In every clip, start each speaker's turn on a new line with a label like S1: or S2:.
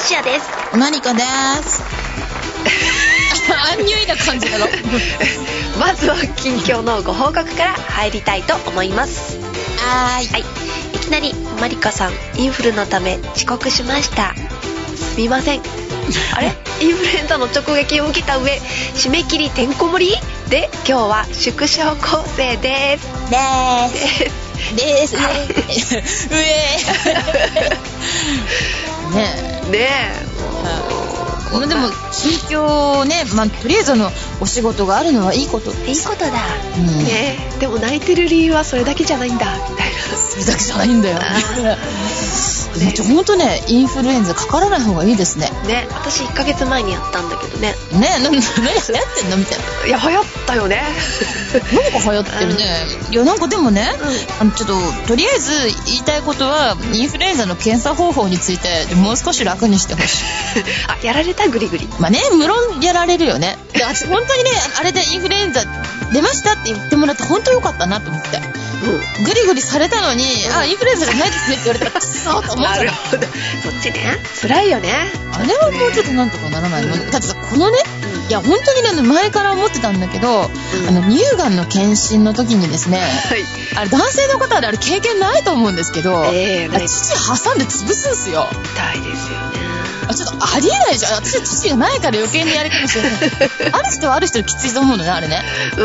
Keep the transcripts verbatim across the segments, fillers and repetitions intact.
S1: シアです。
S2: マリカです。アンニュイな感じだろ。
S1: まずは近況のご報告から入りたいと思います。
S2: はーい、
S1: はい、いきなりマリカさん、インフルのため遅刻しました。すみません。あれインフルエンザの直撃を受けた上、締め切りてんこ盛りで今日は縮小構成です。
S2: ですですですうえーね
S1: えねえ、
S2: でも近況ね、まあ、とりあえずあのお仕事があるのはいいことです。
S1: いいことだ、
S2: うん
S1: ね、でも泣いてる理由はそれだけじゃないんだみたいな。
S2: それだけじゃないんだよ。ね、ほんとね、インフルエンザかからない方がいいですね。
S1: ね、私いっかげつまえにやったんだけどね。
S2: ね、な、な、何流行ってんのみたいな。
S1: いや、流行ったよね。
S2: なんか流行ってるね。うん、いや、なんかでもね、うん、あのちょっととりあえず言いたいことは、インフルエンザの検査方法についてもう少し楽にしてほしい。
S1: あ、やられたグリグリ。
S2: まあね、無論やられるよね。で、私本当にね、あれでインフルエンザ出ましたって言ってもらって本当良かったなと思って。うん、グリグリされたのに、うん、あ、インフルエンザじゃないですねって言われたらくそーと思っちゃう。
S1: なるほど。そっちね、辛いよね。
S2: あれはもうちょっとなんとかならないの、うん、だってさ、このね、うん、いや本当にね、前から思ってたんだけど、うん、あの乳がんの検診の時にですね、はい、あれ男性の方であれ経験ないと思うんですけど、えー、父挟んで潰すんですよ。
S1: 痛いですよね。
S2: あ、ちょっとありえないじゃん。私は父がないから余計にやるかもしれない。ある人はある人きついと思うのね、あれね。うん。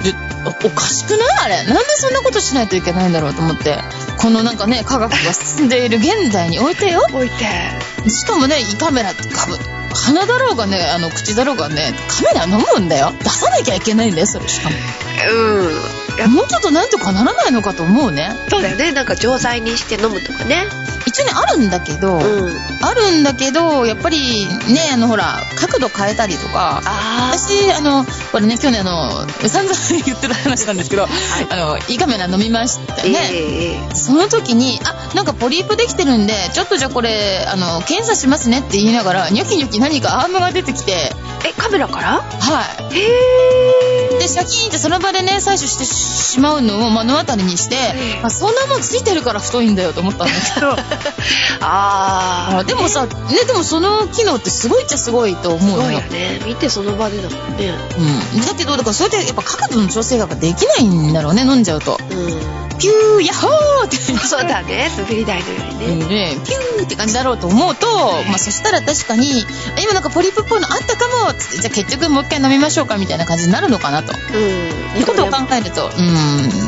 S2: で、おかしくないあれ。なんでそんなことしないといけないんだろうと思って。このなんかね、科学が進んでいる現代においてよ。
S1: おいて。
S2: しかもね、胃カメラってかぶ、鼻だろうがね、あの口だろうがね、カメラ飲むんだよ。出さなきゃいけないんだよ、それしかも。うん。いや、もうちょっとなんとかならないのかと思うね。
S1: そうだよね。なんか錠剤にして飲むとかね。
S2: 一応ね、あるんだけど、うん、あるんだけど、やっぱりね、あのほら、角度変えたりとか、あ、私、あの、これね、去年あの、散々言ってた話なんですけど、はい、あの、胃カメラ飲みましたよね。えー、その時に、あ、なんかポリープできてるんで、ちょっとじゃあこれ、あの、検査しますねって言いながら、ニョキニョキ何かアームが出てきて、
S1: え、カメラから？
S2: はい。へー。で、シャキーンってその場でね、採取してしまうのを目の当たりにして、あ、そんなもんついてるから太いんだよと思ったんだけど、ああ、でもさ、ね、でもその機能ってすごいっちゃすごいと思うのよ。
S1: すごいよね。見てその場でだもんね。
S2: うん。だけど、だからそれでやっぱ角度の調整ができないんだろうね、飲んじゃうと。うん。ピューヤッホーって。
S1: そうだね、滑り台のようにね。
S2: ね、ピューって感じだろうと思うと、まあそしたら確かに、今なんかポリープっぽいのあったかも、つって、じゃあ結局もう一回飲みましょうかみたいな感じになるのかなと。うん。いうことを考えると、うん、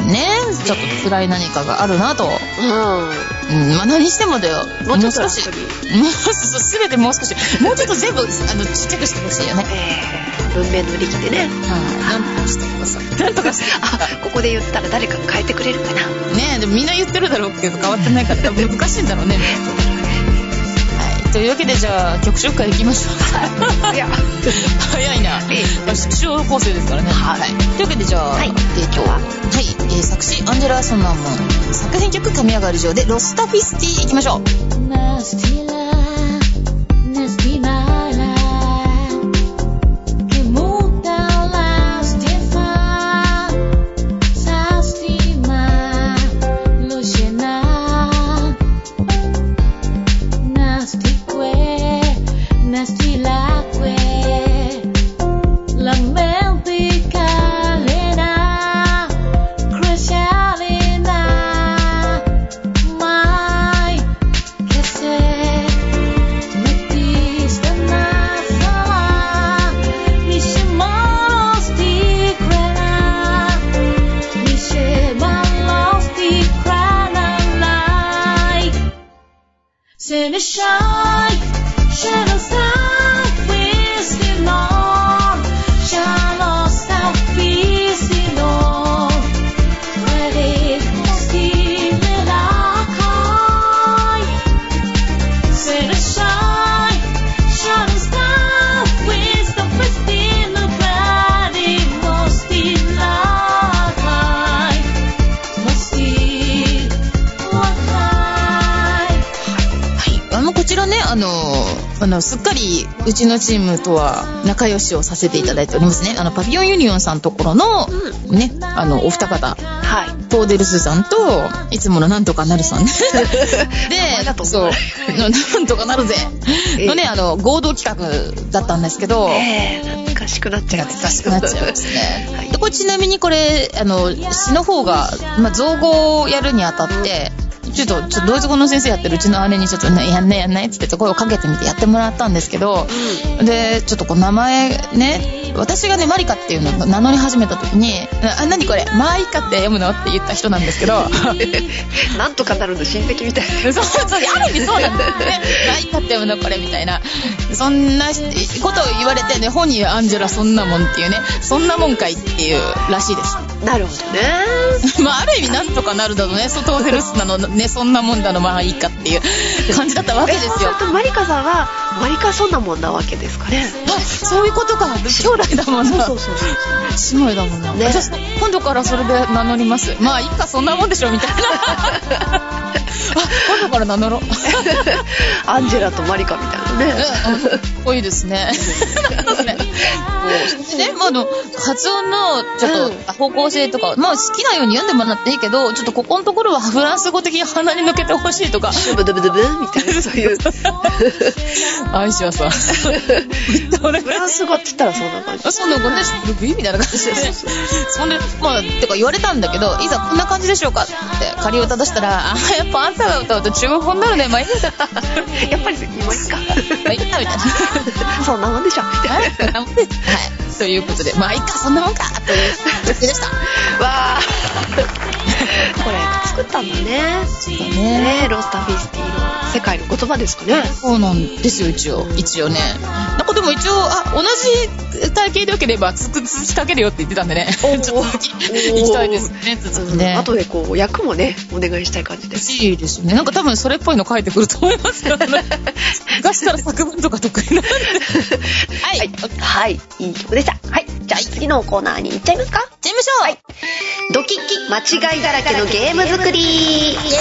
S2: ね、ちょっと辛い何かがあるなと。うん。うん、まあ何してもだよ。
S1: もうちょっと少し。
S2: もうすべてもう少し、もうちょっと全部、あの、ちっちゃくしてほしいよね。
S1: えー、文明の利器でね。
S2: はい。なんとかしてください。なんとかして。
S1: あ、ここで言ったら誰か変えてくれるかな。
S2: ねえ、でもみんな言ってるだろうけど変わってないから難しいんだろうね。はい。というわけでじゃあ曲紹介いきましょう。いや、早いな。縮小構成ですからね。はい。というわけでじゃあ、はい、えー、今日は、はい、えー、作詞アンジェラ・ソナーモン、作編曲神上がり上でロスタフィスティいきましょう。 あのすっかりうちのチームとは仲良しをさせていただいておりますね。あのパピヨンユニオンさんところの、うん、ね、あのお二方、はい、トーデルスさんといつものなんとかなるさんでそうなんとかなるぜのね、あの合同企画だったんですけど、
S1: えー、懐かしくなっちゃう
S2: 懐かしくなっちゃいますね、はい、でこれちなみにこれあの詩の方が、まあ、造語をやるにあたって、うん、ちょっと、ちょっとドイツ語の先生やってるうちの姉にちょっとね、やんないやんないって言って声をかけてみてやってもらったんですけど、うん、で、ちょっとこう名前ね、私がね、マリカっていうのを名乗り始めた時に、あ、何これ、マイカって読むのって言った人なんですけど、
S1: なんとかなるの親戚みたいな。
S2: そうそう、ある意味そうなんだよね。マイカって読むのこれみたいな。そんなことを言われてね、本人はアンジェラそんなもんっていうね、そんなもんかいっていうらしいです。
S1: なるほどね。
S2: まあ、ある意味なんとかなるだろうね、外フェルスなのね、そんなもんだのまあいいかっていう感じだったわけですよ。そうする
S1: とマリカさんはマリカそんなもんなわけですかね。
S2: あ、そういうことか。兄弟だもんな。そうそうそうそう。姉妹だもんな。ね、私今度からそれで名乗ります。まあいいかそんなもんでしょみたいな。あ、今度から名乗ろう。
S1: アンジェラとマリカみたいなね。
S2: 多いですね。ね、まあ、の発音のちょっと方向性とか、うん、まあ好きなように読んでもらっていいけど、ちょっとここのところはフランス語的に鼻に抜けてほしいとか、
S1: シュブドゥブドゥブみたいな、そういう
S2: アイシはさ
S1: フランス語って言ったらそんな感じ。
S2: そんな感じでブイみたいな感じで、そんでまあてか言われたんだけど、いざこんな感じでしょうかって仮歌出したら、あ、やっぱあんたが歌うと中国語になるね、まあいいや
S1: っぱり今いいか
S2: まあいいかみたいな
S1: そんなもんでしょみたいな
S2: そんなもんです。はい、ということで、まあいいかそんなもんかという曲でした。
S1: わーこれ作ったんだね。
S2: そうだね。
S1: ね、ロスターフィスティの世界の言葉ですかね。
S2: そうなんですよ、一応、うん、一応ね。なんかでも一応、あ、同じ体型でよければ続きかけるよって言ってたんでね。ちょっと続き行きたいですね、続きね。
S1: あとでこう役もねお願いしたい感じです。
S2: いいですよね。なんか多分それっぽいの書いてくると思いますよね。昔から作文とか得意なんで。
S1: はい、はい、はい、いい曲でした。はい、じゃあ次のコーナーに行っちゃいますか。
S2: 行っちゃいましょう。はい。
S1: ドキッキ間違いだらけのゲーム作り。イエーイ。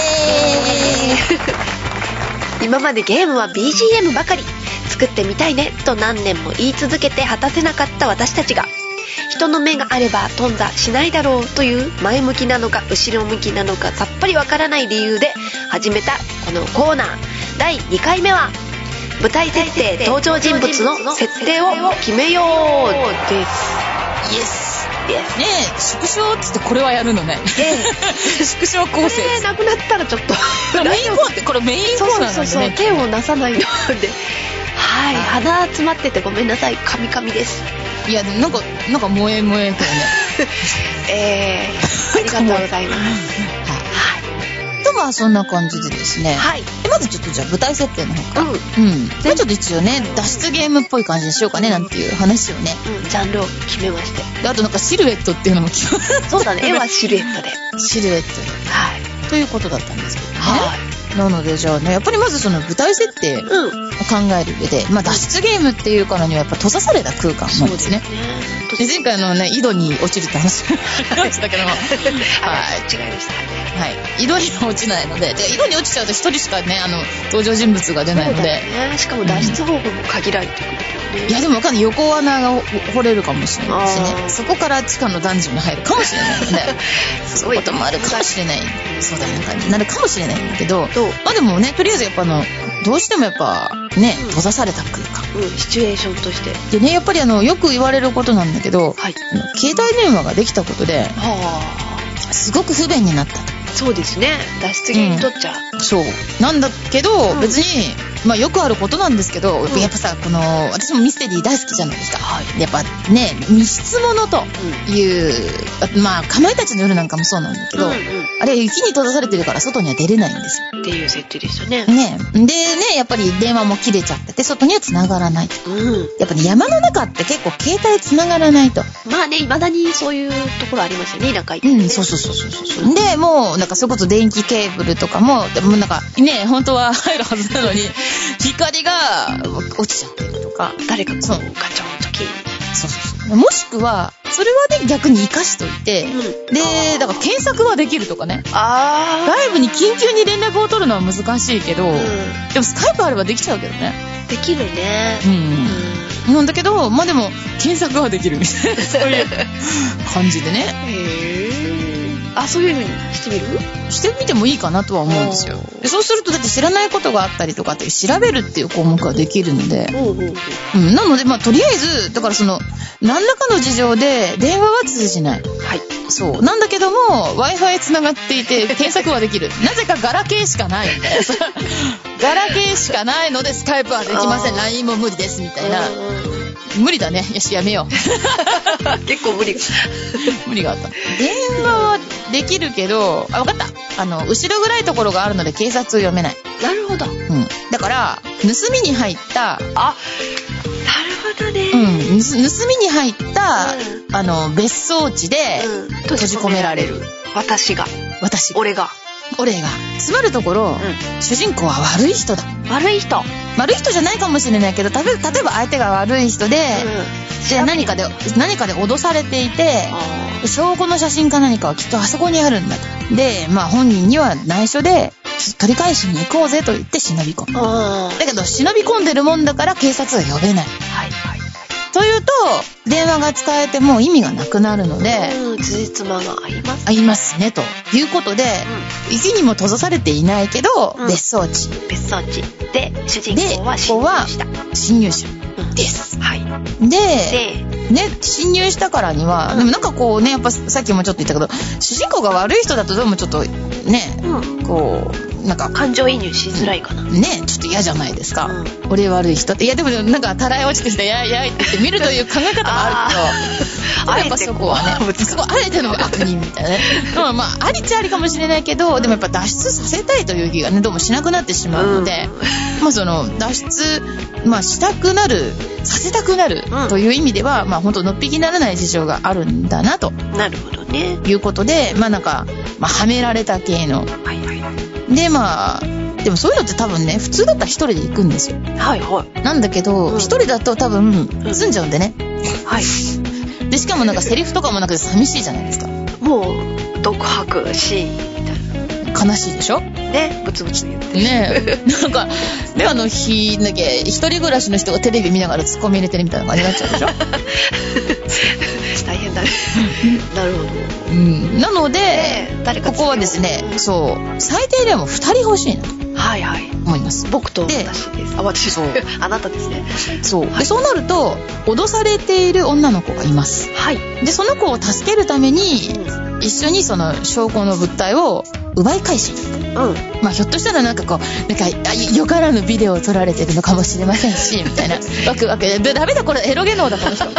S1: 今までゲームは ビージーエム ばかり。作ってみたいねと何年も言い続けて果たせなかった私たちが、人の目があれば頓挫しないだろうという前向きなのか後ろ向きなのかさっぱりわからない理由で始めたこのコーナー。だいにかいめは舞台設定登場人物の設定を決めようです。イエス。
S2: ねえ、縮小っつってこれはやるのね。縮小構成。
S1: えー、なくなったらちょっと
S2: メインコーナー、これメインコーナーなんでね。そうそうそう、
S1: 手をなさないのではい、鼻詰まっててごめんなさい、カミカミです。
S2: いや、なんかなんか萌え萌えとね
S1: えー、ありがとうございます。
S2: とまあそんな感じでですね、はい、でまずちょっとじゃあ舞台設定の方から、うん、うん、でちょっと一応ね脱出ゲームっぽい感じにしようかねなんていう話をね、
S1: うん、ジャンルを決めまして、
S2: であとなんかシルエットっていうのも決めました。
S1: そうだね、絵はシルエットで
S2: シルエットで、はい、ということだったんですけどね、はい、なのでじゃあね、やっぱりまずその舞台設定を考える上で、うん、まあ脱出ゲームっていうからにはやっぱ閉ざされた空間なんですね。で前回のね井戸に落ちるって話でしたけどもはい、
S1: 違いました
S2: はい、井戸には落ちないので、で井戸に落ちちゃうと一人しかねあの登場人物が出ないので、
S1: ね、しかも脱出方法も限られてくるよね、
S2: うん、いやでもわかんない、横穴が掘れるかもしれないしね、そこから地下のダンジョンに入るかもしれないのでそういうこともあるかもしれない、そうだね感じになるかもしれないんだけど、まあでもねとりあえずやっぱあのどうしてもやっぱね、うん、閉ざされた空間、
S1: うん、シチュエーションとして
S2: でね、やっぱりあのよく言われることなんだけど、はい、あの携帯電話ができたことで、はあ、すごく不便になったと。
S1: そうですね、脱出ゲームにとっちゃ、
S2: うん、そうなんだけど、うん、別にまあよくあることなんですけど、うん、やっぱさこの私もミステリー大好きじゃないですか、はい、やっぱね密室物という、うん、まあかまいたちの夜なんかもそうなんだけど、うんうん、あれ雪に閉ざされてるから外には出れないんですよ
S1: っていう設定でしたね。
S2: ねでね、やっぱり電話も切れちゃってて外には繋がらないと、うん、やっぱり山の中って結構携帯繋がらないと、
S1: まあね未だにそういうところありますよね、田舎行って、
S2: ね、うん、そうそうそうそうそう、うん、でもうなんかそれこそ電気ケーブルとかもでもなんかね本当は入るはずなのに光が落ちちゃってるとか、
S1: 誰かこうガチョンとき
S2: そうそうそう。もしくはそれはね逆に生かしといて、うん、でだから検索はできるとかね。あ外部に緊急に連絡を取るのは難しいけど、うん、でもスカイプあればできちゃうけどね。
S1: できるね。
S2: うん、うん、なんだけどまあでも検索はできるみたいなそういう感じでね。
S1: へー。あ、そういう風にしてみる？
S2: してみてもいいかなとは思うんですよ。でそうするとだって知らないことがあったりとかって調べるっていう項目ができるので、うん、なのでまあとりあえずだからその何らかの事情で電話は通じない。はい。そうなんだけども Wi-Fi つながっていて検索はできる。なぜかガラケーしかないみたいな。ガラケーしかないのでスカイプはできません。ライン も無理ですみたいな。無理だね。よしやめよう。
S1: 結構無理。
S2: 無理があった。電話はできるけど、あ、分かった。あの後ろぐらいところがあるので警察を読めない。
S1: なるほど。
S2: うん。だから盗みに入った。
S1: あ、なるほどね。
S2: うん。盗みに入った、うん、あの別荘地で閉じ込められる。
S1: 私が。
S2: 私。
S1: 俺が。
S2: 俺が。つまるところ、うん、主人公は悪い人だ。
S1: 悪い人。
S2: 悪い人じゃないかもしれないけど、例えば相手が悪い人で、うん、で何かで何かで脅されていて、証拠の写真か何かはきっとあそこにあるんだと。で、まあ本人には内緒で取り返しに行こうぜと言って忍び込む。だけど忍び込んでるもんだから警察は呼べない。はいはい。というと電話が使えても意味がなくなるので、
S1: うん、辻褄が合います。
S2: 合いますねということで、うん、石にも閉ざされていないけど、うん、別荘地。
S1: 別荘地で主人公は侵入した。
S2: 侵入者です。うん、はい。で、でね侵入したからには、うん、でもなんかこうねやっぱさっきもちょっと言ったけど主人公が悪い人だとでもちょっとね、うん、こう。なんか
S1: 感情移入しづらいかな。
S2: ね、ちょっと嫌じゃないですか。うん、俺悪い人って。いやでもなんかたらい落ちてきてやいやいって言って見るという考え方もあるけど、やっぱそこはね、すごいあえての悪人みたいなね。まあまあありっちゃありかもしれないけど、でもやっぱ脱出させたいという気がねどうもしなくなってしまうので、うん、まあその脱出まあしたくなるさせたくなるという意味では、うん、まあ本当のっぴきならない事情があるんだなと。
S1: なるほどね。
S2: いうことでまあなんかまあはめられた系の。はいはいはい。でまあでもそういうのって多分ね普通だったら一人で行くんですよ。はいはい。なんだけど一、うん、人だと多分済んじゃうんでね。うん、はい。でしかもなんかセリフとかもなくて寂しいじゃないですか。も
S1: う独白シーンみたいな。
S2: 悲しいでしょ。
S1: ね、ブツブツ言って
S2: ね。なんかであの日だけ一人暮らしの人がテレビ見ながらツッコミ入れてるみたいな感じになっちゃうでしょ。
S1: 大変だね。なるほど。
S2: うん、なので、ね、誰かここはですね、うん、そう最低でもふたり欲しいなと。はいはい思います。
S1: 僕と私です。あ、私そうあなたですね。
S2: そう、はい、でそうなると脅されている女の子がいます。はい。でその子を助けるために、うん、一緒にその証拠の物体を奪い返しに行く。うん。まあひょっとしたらなんかこうなんかよからぬビデオを撮られてるのかもしれませんしみたいなわくわくでダメだこれエロゲ能だこの人。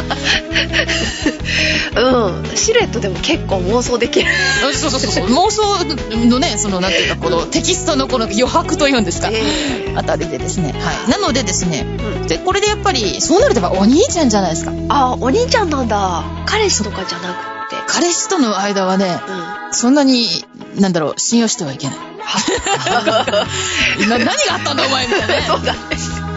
S1: うん。シルエットでも結構妄想できる。
S2: そうそうそうそう妄想のねそのなんていうかこのテキストのこの余白というんですか、えー、あたりでですね、はい、なのでですね、うん、でこれでやっぱりそうなるとやっぱお兄ちゃんじゃないですか。
S1: あお兄ちゃんなんだ。彼氏とかじゃなくて
S2: 彼氏との間はね、うん、そんなになんだろう信用してはいけない。な何があったんだお前みたいなね。そうだね。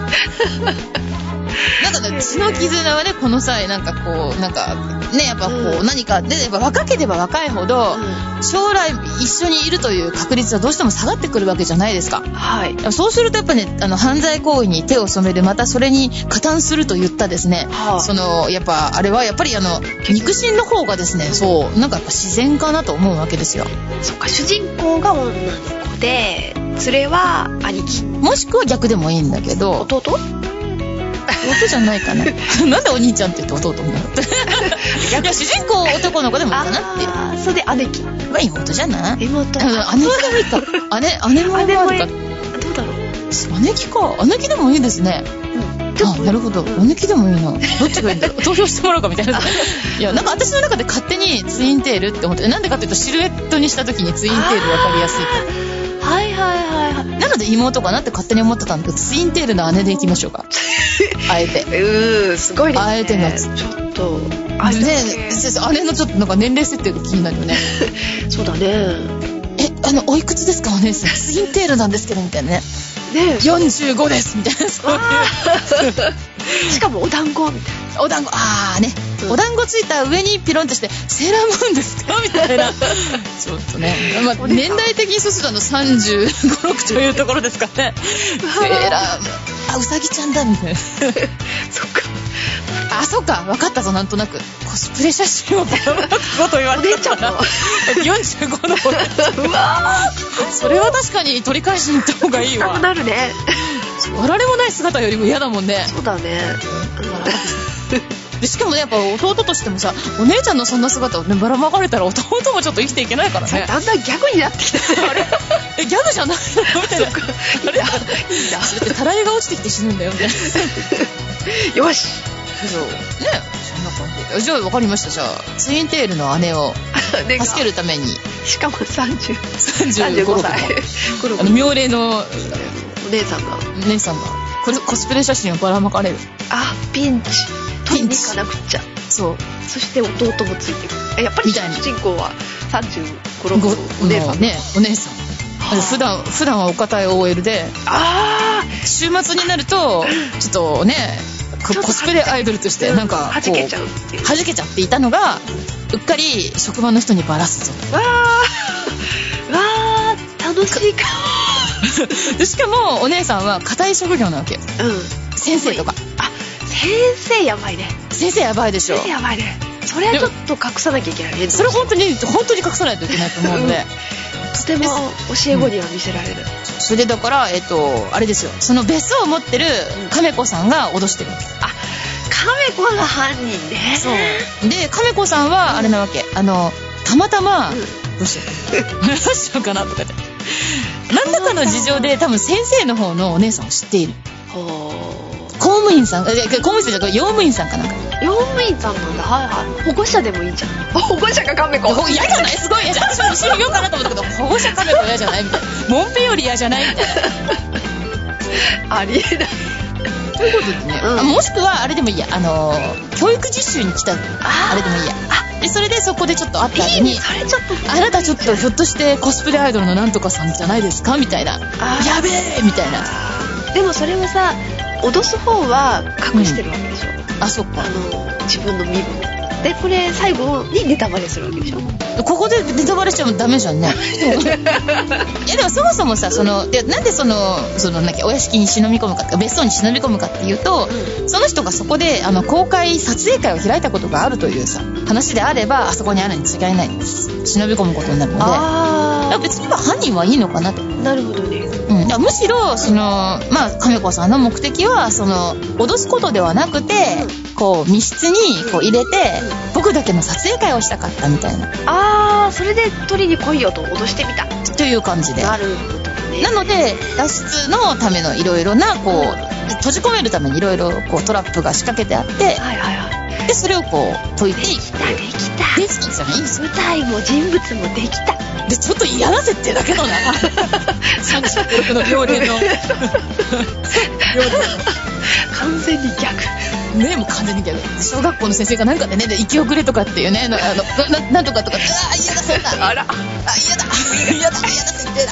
S2: なんかね血の絆はねこの際なんかこうなんかねやっぱこう、うん、何かでやっぱ若ければ若いほど、うん、将来一緒にいるという確率はどうしても下がってくるわけじゃないですか。はい。そうするとやっぱねあの犯罪行為に手を染めるまたそれに加担するといったですね、はあ、そのやっぱあれはやっぱりあの肉親の方がですねそうなんかやっぱ自然かなと思うわけですよ。
S1: そっか主人公が女の子で連れは兄貴
S2: もしくは逆でもいいんだけど
S1: 弟
S2: 弟じゃないかな。なんでお兄ちゃんって言って弟になるの。いや主人公男の子でもいいかなっていう。
S1: あそれで姉貴
S2: は妹じゃない
S1: 妹
S2: 姉貴でもいいか。姉姉もあるかどう
S1: だろう。
S2: 姉貴か姉貴でもいいですね。うん、あなるほど、うん、姉貴でもいいな。どっちがいいんだろう。投票してもらうかみたいな。いやなんか私の中で勝手にツインテールって思って、なんでかっていうとシルエットにした時にツインテール分かりやすいから。はいはいはいはい。なので妹かなって勝手に思ってたんだけどツインテールの姉でいきましょうか。あえて
S1: うーすごいですね。
S2: あえての
S1: ちょっと
S2: あれね姉のちょっとなんか年齢設定が気になるよね。
S1: そうだね。
S2: えあのおいくつですかお姉さん。ツインテールなんですけどみたいなね。ねよんじゅうごですみたいな。そういう
S1: しかもお団子みたい
S2: お団子、あーね、うん、お団子ついた上にピロンとしてセーラームーンですかみたいなちょっとね、まあ、年代的にそうするとあのさんじゅうご、ろくというところですかねセーラームーン、あ、うさぎちゃんだみたいなそっか、あ、そっか、分かったぞ、なんとなくコスプレ写真をばらまくこと言われたからよんじゅうごのうわそれは確かに取り返しに行った方がいいわ。
S1: なくなるね。
S2: あられもない姿よりも嫌だもんね。
S1: そうだね。
S2: でしかもね、やっぱ弟としてもさ、お姉ちゃんのそんな姿をねばらまかれたら弟もちょっと生きていけないからね。
S1: だんだんギャグになってきたね。あれ
S2: え、ギャグじゃないのみたいな。あれ、いいんだ。それってたらいが落ちてきて死ぬんだよみたいな。
S1: よし。
S2: そうね、そんな感じで。じゃあ分かりました。じゃあツインテールの姉を助けるために
S1: しかもさんじゅう、
S2: さんじゅうごさいあの妙齢の
S1: お姉さんが
S2: お姉さんがこれコスプレ写真をばらまかれる。
S1: あ、ピンチ取りに行かなくっちゃ。
S2: そう。
S1: そして弟もついてくる。やっぱり主人公はさんじゅうご、ろくのお姉さん
S2: ね、お姉さん。普段普段はお堅い オーエル で、
S1: あ
S2: 週末になるとちょっとね、コスプレアイドルとしてなんか
S1: はじけちゃうっていう、
S2: はじけちゃっていたのがうっかり職場の人にバラすぞ。
S1: わーわー楽しいか
S2: でしかもお姉さんは堅い職業なわけよ、
S1: うん、
S2: 先生とか。
S1: あ、先生やばいね。
S2: 先生やばいでしょ。
S1: 先生やばいね。それはちょっと隠さなきゃいけないね。
S2: それ本当に本当に隠さないといけないと思うので、
S1: うん、とても教え子には見せられる、うん、
S2: それでだからえっとあれですよ、その別荘を持ってる亀子さんが脅してるわけ。
S1: あ、亀子が犯人ね。
S2: そうで、亀子さんはあれなわけ、あのたまたま、うん、どうしようどうしようかなとかって何らかの事情で多分先生の方のお姉さんを知っている。公務員さん、公務員さんじゃなくて用務員さんかなんか。
S1: 用務員さんなんだ。はいはい。保護者でもいいじゃん。保護者が亀子。
S2: 嫌じゃない？すごい嫌じゃん。私も一緒に言おうかなと思ったけど、保護者亀子嫌じゃないみたいな。モンペより嫌じゃないみたいな。
S1: ありえない。
S2: ということでね、うん、もしくはあれでもいいや、あの教育実習に来たあれでもいいや。でそれでそこでちょっと会った後に、いいね、それちょっとあなたちょっとひょっとしてコスプレアイドルのなんとかさんじゃないですかみたいな。やべえみたいな。
S1: でもそれはさ、脅す方は隠してるわけでしょ、
S2: うん、あ、そっか。
S1: あの自分の身分で、これ最後にネタバレするわけでしょ。
S2: ここでネタバレしちゃダメじゃんね。いやでもそもそもさ、そのでなんでそのそのなんかお屋敷に忍び込むかとか別荘に忍び込むかっていうと、うん、その人がそこであの公開撮影会を開いたことがあるというさ話であれば、あそこにあるに違いないです。忍び込むことになるので、あ、別には犯人はいいのかなと。
S1: なるほどね。
S2: うん、むしろそのまあ亀子さんの目的はその脅すことではなくて、うん、こう密室にこう入れて、うん、僕だけの撮影会をしたかったみたいな。
S1: あー、それで取りに来いよと脅してみた
S2: という感じで。
S1: なるほどね。
S2: なので脱出のためのいろいろなこう、うん、閉じ込めるためにいろいろこうトラップが仕掛けてあって、はいはいはい、でそれをこう解いていく。できた
S1: できた
S2: できたじゃないですか。
S1: 舞台も人物もできた。
S2: でちょっと嫌な設定だけどなさんじゅうろくの両年の
S1: 完全に逆
S2: ね。もう完全に逆。小学校の先生がなんかでね、で生き遅れとかっていうね、あの な, なんとかとか、ああ嫌だそうだ、あらあ嫌だ嫌だ嫌だ設定だ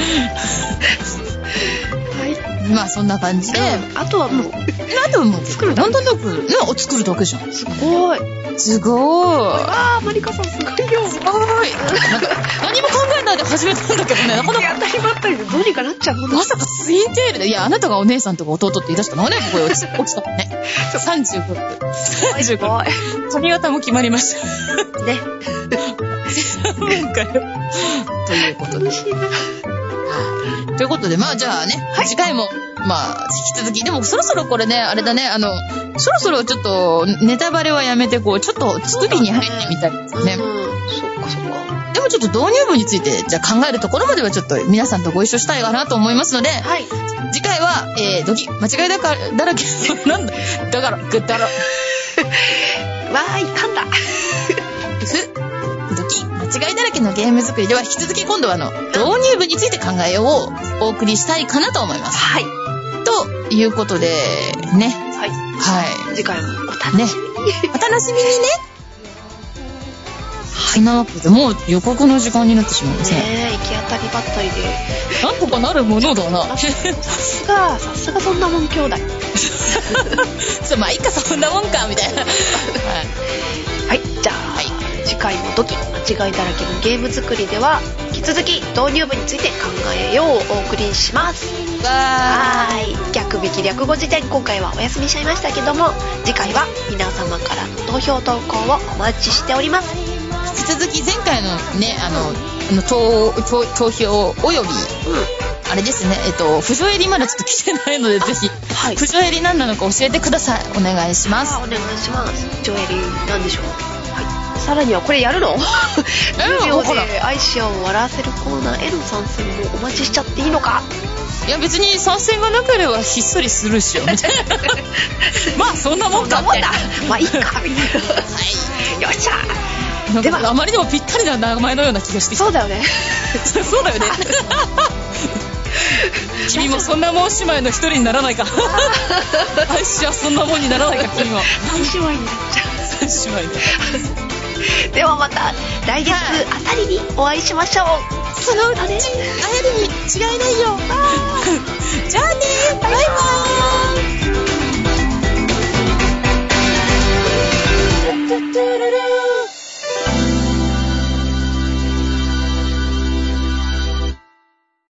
S2: はい、まあそんな感じで、
S1: うん、あとはもう
S2: あとはもう作る、だんだんだん作るだけじゃん。
S1: すごい
S2: すごい。
S1: あー、マリカさんすごいよ。
S2: すごい。なんか何も考えないで始めたんだけどね、なかなか
S1: 当たりばったりでどうにかなっちゃうもの。
S2: まさかツインテールで、いやあなたがお姉さんとか弟って言い出したのはね、ここへ落ち落ちたもんね。さんじゅうごさんじゅうご髪型も決まりましたね。なんかよということで、はい、ということで、まあじゃあね、はい、次回もまあ引き続き、でもそろそろこれね、あれだね、あのそろそろちょっとネタバレはやめて、こうちょっと作りに入ってみたいですね。
S1: うん、そっかそっか。
S2: でもちょっと導入部についてじゃあ考えるところまではちょっと皆さんとご一緒したいかなと思いますので、はい、次回は、えー、ドキ間違いだからだらけなんだだからぐだらわ
S1: ーい噛んだ
S2: ふドキ間違いだらけのゲーム作りでは引き続き今度はあの導入部について考えをお送りしたいかなと思います。
S1: はい。
S2: ということでね。
S1: はい。
S2: はい。
S1: 次回もお楽しみに。
S2: ね、お楽しみにね。 てなわけでもう予告の時間になってしまいますね。
S1: ねえ、行き当たりばったりで
S2: なんとかなるものだな。
S1: さすがさすがそんなもん兄弟
S2: そう、まあいいか、そんなもんかみたいな。はい、
S1: はい、じゃあ、はい、次回もドキ間違いだらけのゲーム作りでは引き続き導入部について考えようをお送りします。はーい、逆引き略語辞典、今回はお休みしちゃいましたけども、次回は皆様からの投票投稿をお待ちしております。
S2: 引き続き前回のね、あの、あの 投, 投, 投票および、うん、あれですね、えっと不条襟まだちょっと来てないので、ぜひ、はい、不条襟何なのか教えてください。お願いします。
S1: お願いします。不条襟なんでしょう。はい、さらにはこれやるのじゅうびょうでアイシアを笑わせるコーナーへの参戦もお待ちしちゃっていいのか。
S2: いや別に参戦がなければひっそりするしよみたいなまあそんなもんかって
S1: まあいいかみたいなはいよっしゃ。
S2: ではあまりにもぴったりな名前のような気がしてきた。
S1: そうだよね
S2: そうだよね君もそんなもん姉妹の一人にならないかアイシはそんなもんにならないか君も
S1: 三姉妹になっちゃう
S2: 三姉妹で
S1: ではまた来月あたりにお会いしましょう。
S2: そのうち会えるに違いないよじゃあね、バイバーイ。